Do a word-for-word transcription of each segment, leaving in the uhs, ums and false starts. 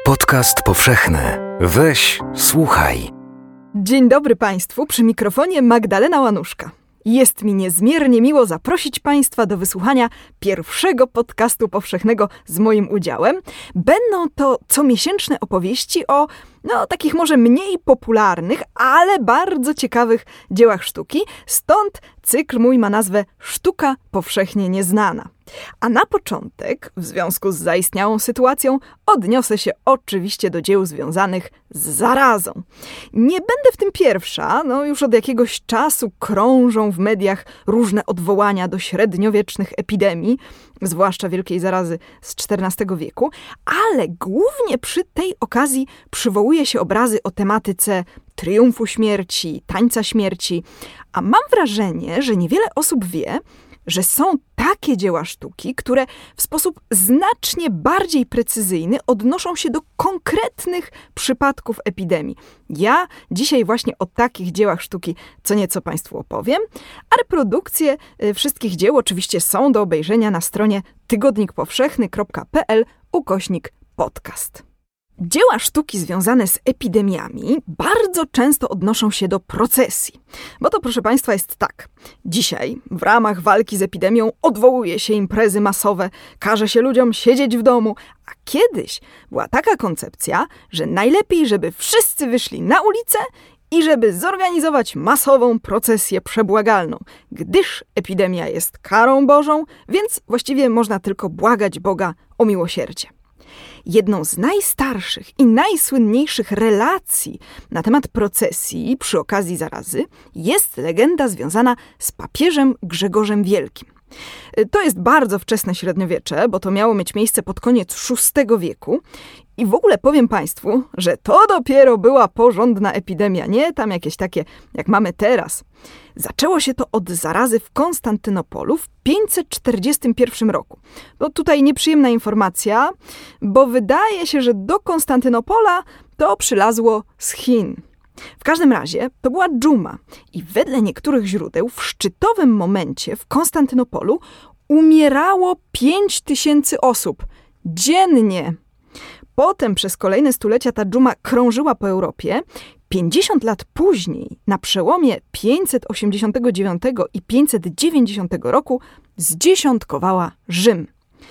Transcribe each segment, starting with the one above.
Podcast powszechny. Weź, słuchaj. Dzień dobry Państwu, przy mikrofonie Magdalena Łanuszka. Jest mi niezmiernie miło zaprosić Państwa do wysłuchania pierwszego podcastu powszechnego z moim udziałem. Będą to comiesięczne opowieści o, no, takich może mniej popularnych, ale bardzo ciekawych dziełach sztuki. Stąd cykl mój ma nazwę Sztuka powszechnie nieznana. A na początek, w związku z zaistniałą sytuacją, odniosę się oczywiście do dzieł związanych z zarazą. Nie będę w tym pierwsza, no już od jakiegoś czasu krążą w mediach różne odwołania do średniowiecznych epidemii, zwłaszcza wielkiej zarazy z czternastego wieku, ale głównie przy tej okazji przywołuje się obrazy o tematyce triumfu śmierci, tańca śmierci, a mam wrażenie, że niewiele osób wie, że są takie dzieła sztuki, które w sposób znacznie bardziej precyzyjny odnoszą się do konkretnych przypadków epidemii. Ja dzisiaj właśnie o takich dziełach sztuki co nieco Państwu opowiem, a reprodukcje wszystkich dzieł oczywiście są do obejrzenia na stronie tygodnikpowszechny kropka p l ukośnik podcast. Dzieła sztuki związane z epidemiami bardzo często odnoszą się do procesji. Bo to, proszę Państwa, jest tak. Dzisiaj w ramach walki z epidemią odwołuje się imprezy masowe, każe się ludziom siedzieć w domu, a kiedyś była taka koncepcja, że najlepiej, żeby wszyscy wyszli na ulicę i żeby zorganizować masową procesję przebłagalną, gdyż epidemia jest karą Bożą, więc właściwie można tylko błagać Boga o miłosierdzie. Jedną z najstarszych i najsłynniejszych relacji na temat procesji przy okazji zarazy jest legenda związana z papieżem Grzegorzem Wielkim. To jest bardzo wczesne średniowiecze, bo to miało mieć miejsce pod koniec szóstego wieku. I w ogóle powiem Państwu, że to dopiero była porządna epidemia, nie tam jakieś takie, jak mamy teraz. Zaczęło się to od zarazy w Konstantynopolu w pięćset czterdziestym pierwszym roku. No tutaj nieprzyjemna informacja, bo wydaje się, że do Konstantynopola to przylazło z Chin. W każdym razie to była dżuma i wedle niektórych źródeł w szczytowym momencie w Konstantynopolu umierało pięć tysięcy osób dziennie. Potem przez kolejne stulecia ta dżuma krążyła po Europie. pięćdziesiąt lat później, na przełomie pięćset osiemdziesiątego dziewiątego i pięćset dziewięćdziesiątego roku, zdziesiątkowała Rzym.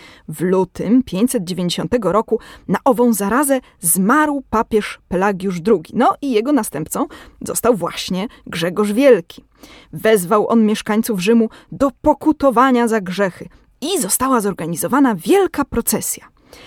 W lutym pięćset dziewięćdziesiątego roku na ową zarazę zmarł papież Pelagiusz drugi. No i jego następcą został właśnie Grzegorz Wielki. Wezwał on mieszkańców Rzymu do pokutowania za grzechy i została zorganizowana wielka procesja.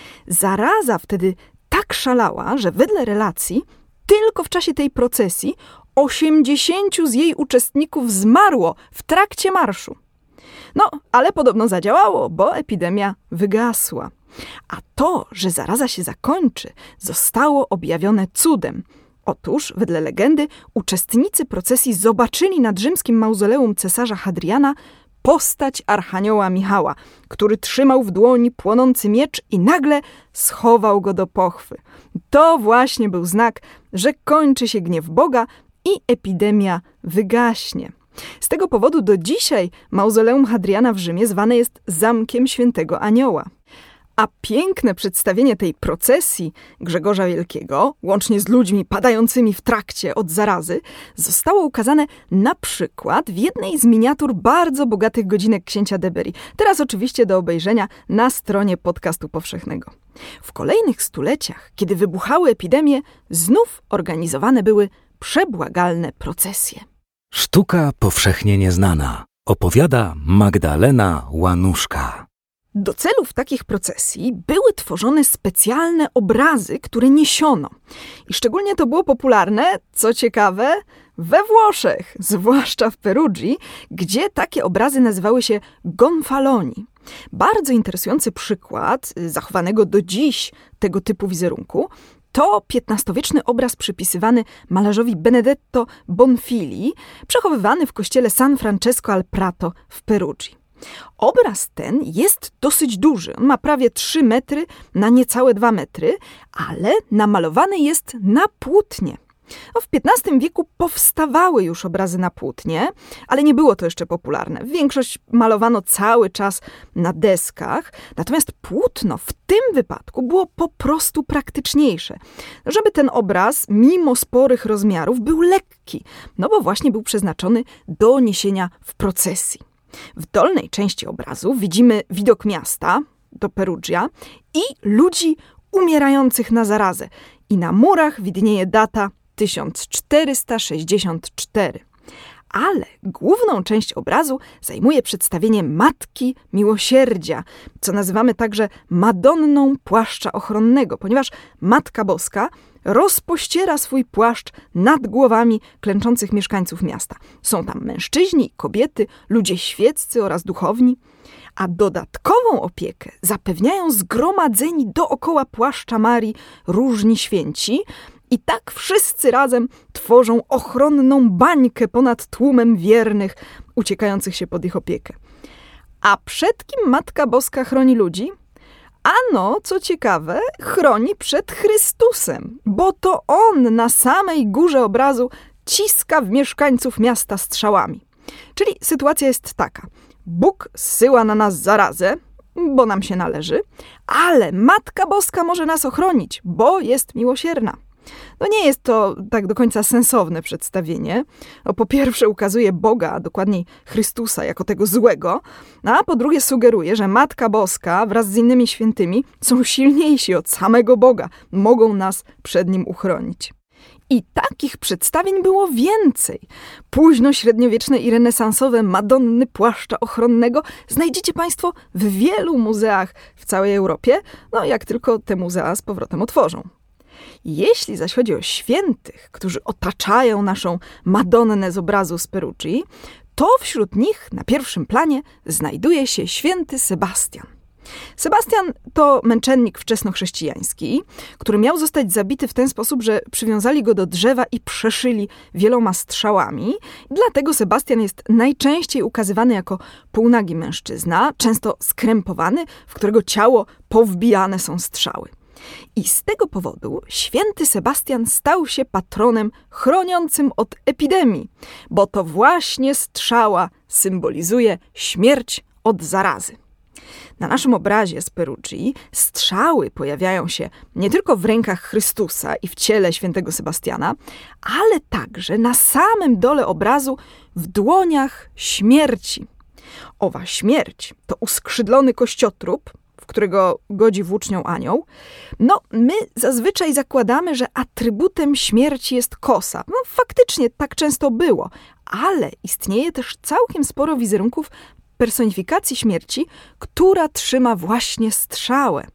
Zaraza wtedy tak szalała, że wedle relacji tylko w czasie tej procesji osiemdziesięciu z jej uczestników zmarło w trakcie marszu. No, ale podobno zadziałało, bo epidemia wygasła. A to, że zaraza się zakończy, zostało objawione cudem. Otóż, wedle legendy, uczestnicy procesji zobaczyli nad rzymskim mauzoleum cesarza Hadriana postać archanioła Michała, który trzymał w dłoni płonący miecz i nagle schował go do pochwy. To właśnie był znak, że kończy się gniew Boga i epidemia wygaśnie. Z tego powodu do dzisiaj mauzoleum Hadriana w Rzymie zwane jest Zamkiem Świętego Anioła. A piękne przedstawienie tej procesji Grzegorza Wielkiego, łącznie z ludźmi padającymi w trakcie od zarazy, zostało ukazane na przykład w jednej z miniatur bardzo bogatych godzinek księcia de Berry. Teraz oczywiście do obejrzenia na stronie podcastu powszechnego. W kolejnych stuleciach, kiedy wybuchały epidemie, znów organizowane były przebłagalne procesje. Sztuka powszechnie nieznana. Opowiada Magdalena Łanuszka. Do celów takich procesji były tworzone specjalne obrazy, które niesiono. I szczególnie to było popularne, co ciekawe, we Włoszech, zwłaszcza w Perugii, gdzie takie obrazy nazywały się gonfaloni. Bardzo interesujący przykład zachowanego do dziś tego typu wizerunku to piętnastowieczny obraz przypisywany malarzowi Benedetto Bonfili, przechowywany w kościele San Francesco al Prato w Perugii. Obraz ten jest dosyć duży. On ma prawie trzy metry na niecałe dwa metry, ale namalowany jest na płótnie. No, w piętnastym wieku powstawały już obrazy na płótnie, ale nie było to jeszcze popularne. Większość malowano cały czas na deskach, natomiast płótno w tym wypadku było po prostu praktyczniejsze, żeby ten obraz, mimo sporych rozmiarów, był lekki, no bo właśnie był przeznaczony do niesienia w procesji. W dolnej części obrazu widzimy widok miasta, to Perugia, i ludzi umierających na zarazę. I na murach widnieje data tysiąc czterysta sześćdziesiąt cztery. Ale główną część obrazu zajmuje przedstawienie Matki Miłosierdzia, co nazywamy także Madonną Płaszcza Ochronnego, ponieważ Matka Boska rozpościera swój płaszcz nad głowami klęczących mieszkańców miasta. Są tam mężczyźni, kobiety, ludzie świeccy oraz duchowni, a dodatkową opiekę zapewniają zgromadzeni dookoła płaszcza Marii różni święci, i tak wszyscy razem tworzą ochronną bańkę ponad tłumem wiernych, uciekających się pod ich opiekę. A przed kim Matka Boska chroni ludzi? Ano, co ciekawe, chroni przed Chrystusem, bo to On na samej górze obrazu ciska w mieszkańców miasta strzałami. Czyli sytuacja jest taka. Bóg zsyła na nas zarazę, bo nam się należy, ale Matka Boska może nas ochronić, bo jest miłosierna. No nie jest to tak do końca sensowne przedstawienie. No, po pierwsze ukazuje Boga, a dokładniej Chrystusa, jako tego złego, a po drugie sugeruje, że Matka Boska wraz z innymi świętymi są silniejsi od samego Boga, mogą nas przed Nim uchronić. I takich przedstawień było więcej. Późnośredniowieczne i renesansowe Madonny Płaszcza Ochronnego znajdziecie Państwo w wielu muzeach w całej Europie, no jak tylko te muzea z powrotem otworzą. Jeśli zaś chodzi o świętych, którzy otaczają naszą Madonnę z obrazu z Perugii, to wśród nich na pierwszym planie znajduje się święty Sebastian. Sebastian to męczennik wczesnochrześcijański, który miał zostać zabity w ten sposób, że przywiązali go do drzewa i przeszyli wieloma strzałami. Dlatego Sebastian jest najczęściej ukazywany jako półnagi mężczyzna, często skrępowany, w którego ciało powbijane są strzały. I z tego powodu święty Sebastian stał się patronem chroniącym od epidemii, bo to właśnie strzała symbolizuje śmierć od zarazy. Na naszym obrazie z Perugii strzały pojawiają się nie tylko w rękach Chrystusa i w ciele świętego Sebastiana, ale także na samym dole obrazu w dłoniach śmierci. Owa śmierć to uskrzydlony kościotrup, w którego godzi włócznią anioł. No, my zazwyczaj zakładamy, że atrybutem śmierci jest kosa. No, faktycznie tak często było, ale istnieje też całkiem sporo wizerunków personifikacji śmierci, która trzyma właśnie strzałę.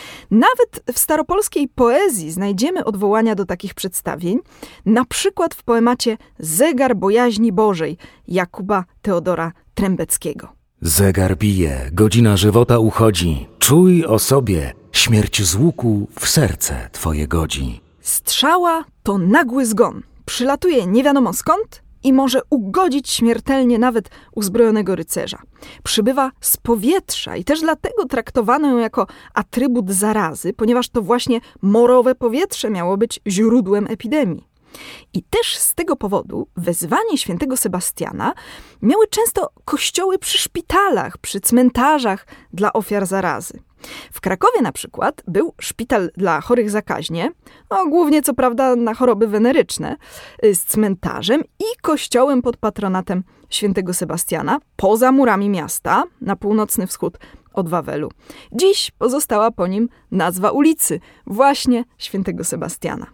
Nawet w staropolskiej poezji znajdziemy odwołania do takich przedstawień, na przykład w poemacie Zegar bojaźni Bożej Jakuba Teodora Trębeckiego. Zegar bije, godzina żywota uchodzi. Czuj o sobie, śmierć z łuku w serce twoje godzi. Strzała to nagły zgon. Przylatuje nie wiadomo skąd i może ugodzić śmiertelnie nawet uzbrojonego rycerza. Przybywa z powietrza i też dlatego traktowano ją jako atrybut zarazy, ponieważ to właśnie morowe powietrze miało być źródłem epidemii. I też z tego powodu wezwanie świętego Sebastiana miały często kościoły przy szpitalach, przy cmentarzach dla ofiar zarazy. W Krakowie na przykład był szpital dla chorych zakaźnie, no, głównie co prawda na choroby weneryczne, z cmentarzem i kościołem pod patronatem świętego Sebastiana poza murami miasta, na północny wschód od Wawelu. Dziś pozostała po nim nazwa ulicy, właśnie świętego Sebastiana.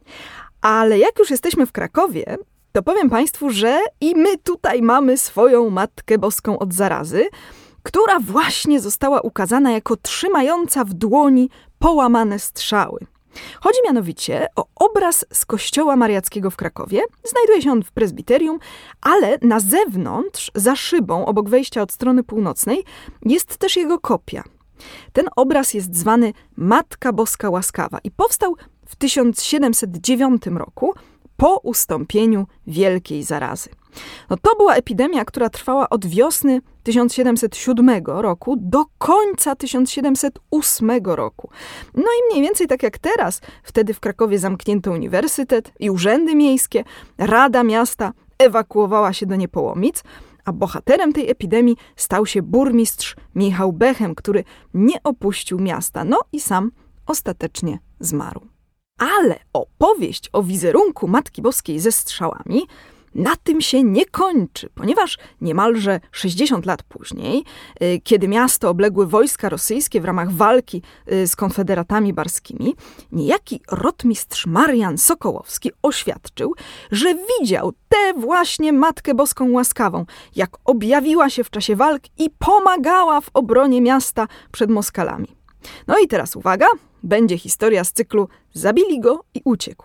Ale jak już jesteśmy w Krakowie, to powiem Państwu, że i my tutaj mamy swoją Matkę Boską od zarazy, która właśnie została ukazana jako trzymająca w dłoni połamane strzały. Chodzi mianowicie o obraz z kościoła mariackiego w Krakowie. Znajduje się on w prezbiterium, ale na zewnątrz, za szybą, obok wejścia od strony północnej, jest też jego kopia. Ten obraz jest zwany Matka Boska Łaskawa i powstał w tysiąc siedemset dziewiątym roku po ustąpieniu wielkiej zarazy. No to była epidemia, która trwała od wiosny tysiąc siedemset siódmego roku do końca tysiąc siedemset ósmego roku. No i mniej więcej tak jak teraz, wtedy w Krakowie zamknięto uniwersytet i urzędy miejskie, Rada Miasta ewakuowała się do Niepołomic, a bohaterem tej epidemii stał się burmistrz Michał Bechem, który nie opuścił miasta, no i sam ostatecznie zmarł. Ale opowieść o wizerunku Matki Boskiej ze strzałami na tym się nie kończy, ponieważ niemalże sześćdziesiąt lat później, kiedy miasto obległy wojska rosyjskie w ramach walki z konfederatami barskimi, niejaki rotmistrz Marian Sokołowski oświadczył, że widział tę właśnie Matkę Boską Łaskawą, jak objawiła się w czasie walk i pomagała w obronie miasta przed Moskalami. No i teraz uwaga, będzie historia z cyklu Zabili go i uciekł.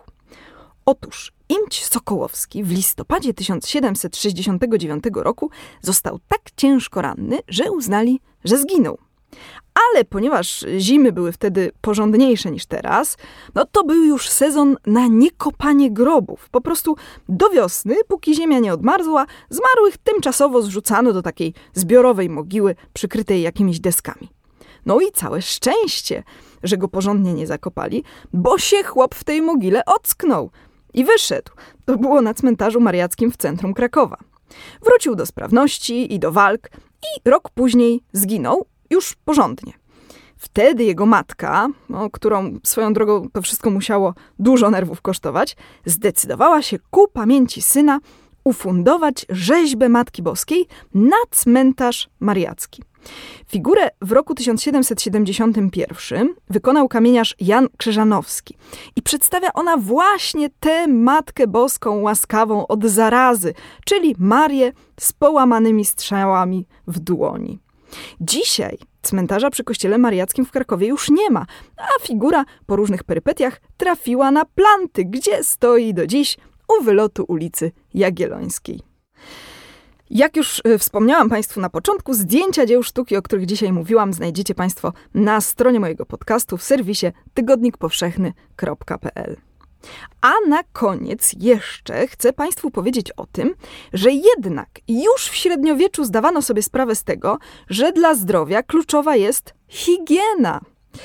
Otóż Imć Sokołowski w listopadzie tysiąc siedemset sześćdziesiątego dziewiątego roku został tak ciężko ranny, że uznali, że zginął. Ale ponieważ zimy były wtedy porządniejsze niż teraz, no to był już sezon na niekopanie grobów. Po prostu do wiosny, póki ziemia nie odmarzła, zmarłych tymczasowo zrzucano do takiej zbiorowej mogiły przykrytej jakimiś deskami. No i całe szczęście, że go porządnie nie zakopali, bo się chłop w tej mogile ocknął i wyszedł. To było na cmentarzu mariackim w centrum Krakowa. Wrócił do sprawności i do walk i rok później zginął już porządnie. Wtedy jego matka, no, którą swoją drogą to wszystko musiało dużo nerwów kosztować, zdecydowała się ku pamięci syna ufundować rzeźbę Matki Boskiej na cmentarz mariacki. Figurę w roku tysiąc siedemset siedemdziesiątym pierwszym wykonał kamieniarz Jan Krzyżanowski i przedstawia ona właśnie tę Matkę Boską Łaskawą od zarazy, czyli Marię z połamanymi strzałami w dłoni. Dzisiaj cmentarza przy kościele mariackim w Krakowie już nie ma, a figura po różnych perypetiach trafiła na Planty, gdzie stoi do dziś u wylotu ulicy Jagiellońskiej. Jak już wspomniałam Państwu na początku, zdjęcia dzieł sztuki, o których dzisiaj mówiłam, znajdziecie Państwo na stronie mojego podcastu w serwisie tygodnik powszechny kropka p l. A na koniec jeszcze chcę Państwu powiedzieć o tym, że jednak już w średniowieczu zdawano sobie sprawę z tego, że dla zdrowia kluczowa jest higiena.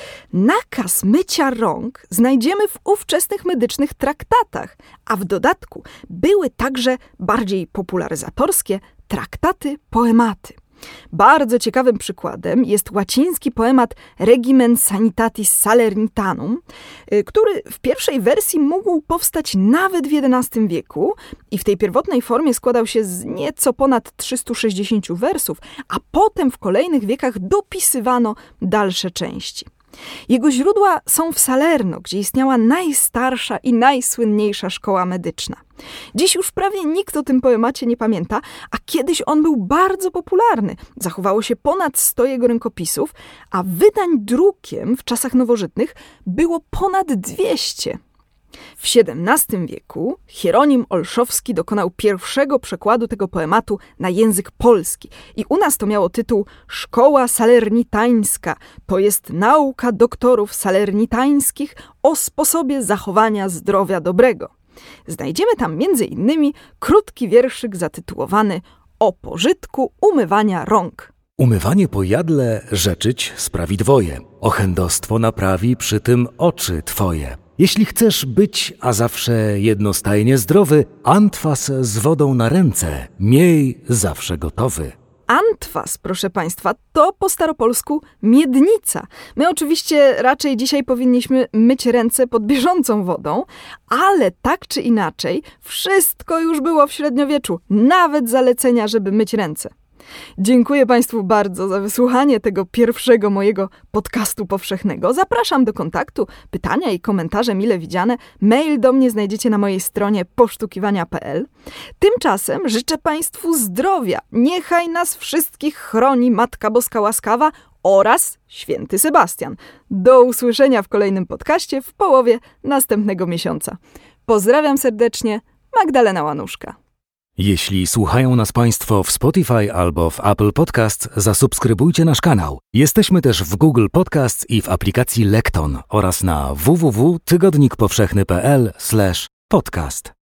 Nakaz mycia rąk znajdziemy w ówczesnych medycznych traktatach, a w dodatku były także bardziej popularyzatorskie traktaty, poematy. Bardzo ciekawym przykładem jest łaciński poemat Regimen Sanitatis Salernitanum, który w pierwszej wersji mógł powstać nawet w jedenastym wieku i w tej pierwotnej formie składał się z nieco ponad trzystu sześćdziesięciu wersów, a potem w kolejnych wiekach dopisywano dalsze części. Jego źródła są w Salerno, gdzie istniała najstarsza i najsłynniejsza szkoła medyczna. Dziś już prawie nikt o tym poemacie nie pamięta, a kiedyś on był bardzo popularny. Zachowało się ponad sto jego rękopisów, a wydań drukiem w czasach nowożytnych było ponad dwieście. W siedemnastym wieku Hieronim Olszowski dokonał pierwszego przekładu tego poematu na język polski i u nas to miało tytuł Szkoła Salernitańska, to jest nauka doktorów salernitańskich o sposobie zachowania zdrowia dobrego. Znajdziemy tam między innymi krótki wierszyk zatytułowany O pożytku umywania rąk. Umywanie po jadle rzeczyć sprawi dwoje, ochędostwo naprawi przy tym oczy twoje. Jeśli chcesz być, a zawsze jednostajnie zdrowy, antwas z wodą na ręce miej zawsze gotowy. Antwas, proszę Państwa, to po staropolsku miednica. My oczywiście raczej dzisiaj powinniśmy myć ręce pod bieżącą wodą, ale tak czy inaczej wszystko już było w średniowieczu, nawet zalecenia, żeby myć ręce. Dziękuję Państwu bardzo za wysłuchanie tego pierwszego mojego podcastu powszechnego. Zapraszam do kontaktu, pytania i komentarze mile widziane. Mail do mnie znajdziecie na mojej stronie posztukiwania kropka p l. Tymczasem życzę Państwu zdrowia. Niechaj nas wszystkich chroni Matka Boska Łaskawa oraz Święty Sebastian. Do usłyszenia w kolejnym podcaście w połowie następnego miesiąca. Pozdrawiam serdecznie, Magdalena Łanuszka. Jeśli słuchają nas Państwo w Spotify albo w Apple Podcasts, zasubskrybujcie nasz kanał. Jesteśmy też w Google Podcasts i w aplikacji Lekton oraz na w w w kropka tygodnik powszechny kropka p l slash podcast.